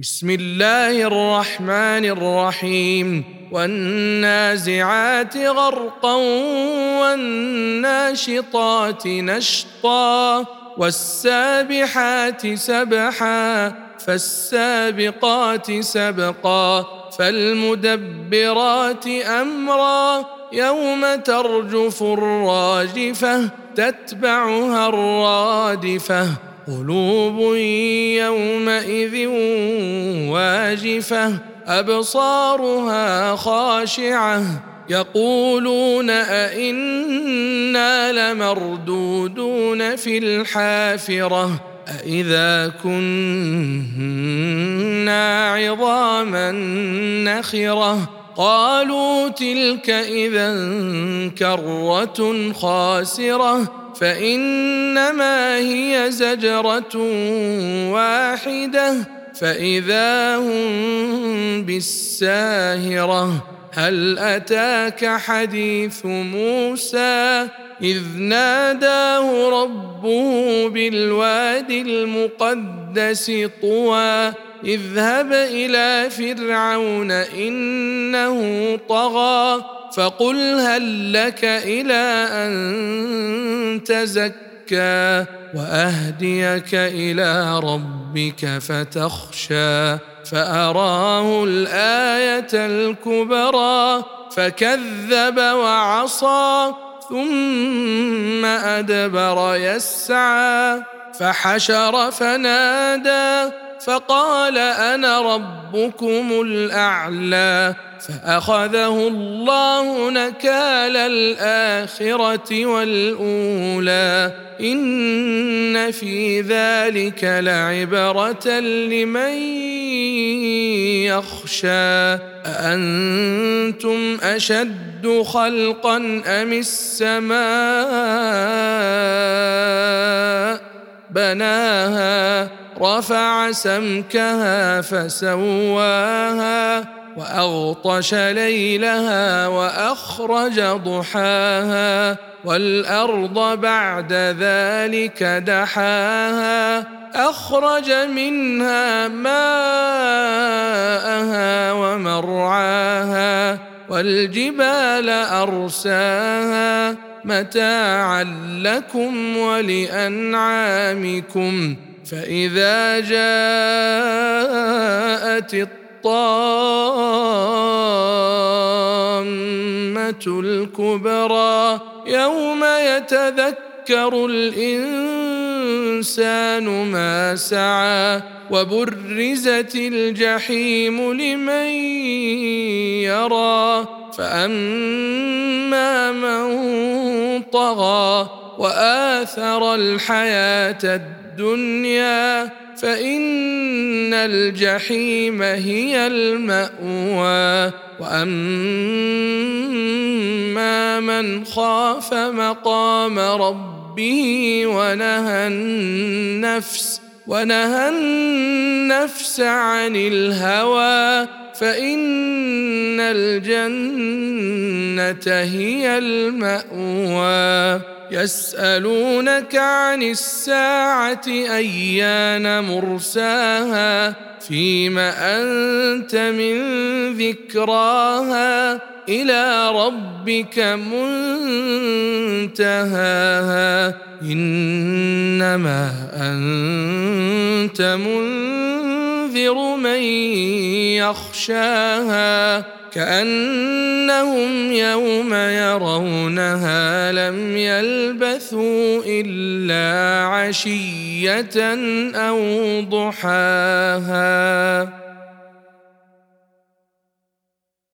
بسم الله الرحمن الرحيم والنازعات غرقا والناشطات نشطا والسابحات سبحا فالسابقات سبقا فالمدبرات أمرا يوم ترجف الراجفة تتبعها الرادفة قلوب يومئذ واجفة أبصارها خاشعة يقولون أئنا لمردودون في الحافرة أئذا كنا عظاما نخرة قالوا تلك إذا كرة خاسرة فإنما هي زجرة واحدة فإذا هم بالساهرة هل أتاك حديث موسى إذ ناداه ربه بالوادي المقدس طوى اذهب إلى فرعون إنه طغى فقل هل لك إلى أن تزكى وأهديك إلى ربك فتخشى فأراه الآية الكبرى فكذب وعصى ثم أدبر يسعى فحشر فنادى فقال أنا ربكم الأعلى فأخذه الله نكال الآخرة والأولى إن في ذلك لعبرة لمن يخشى أأنتم أشد خلقا أم السماء بناها رفع سمكها فسواها وأغطش ليلها وأخرج ضحاها والأرض بعد ذلك دحاها أخرج منها ماءها ومرعاها والجبال أرساها متاعا لكم ولأنعامكم فإذا جاءت الطامة الكبرى يوم يتذكر الإنسان ما سعى وبرزت الجحيم لمن يرى فأما من طغى وآثر الحياة الدنيا فإن الجحيم هي المأوى وأما من خاف مقام ربه ونهى النفس عن الهوى فإن الجنة هي المأوى يسألونك عن الساعة أيان مرساها فيم أنت من ذكراها إلى ربك منتهاها إنما أنت منذر من يخشاها كأنهم يوم يرونها لم يلبثوا إلا عشية أو ضحاها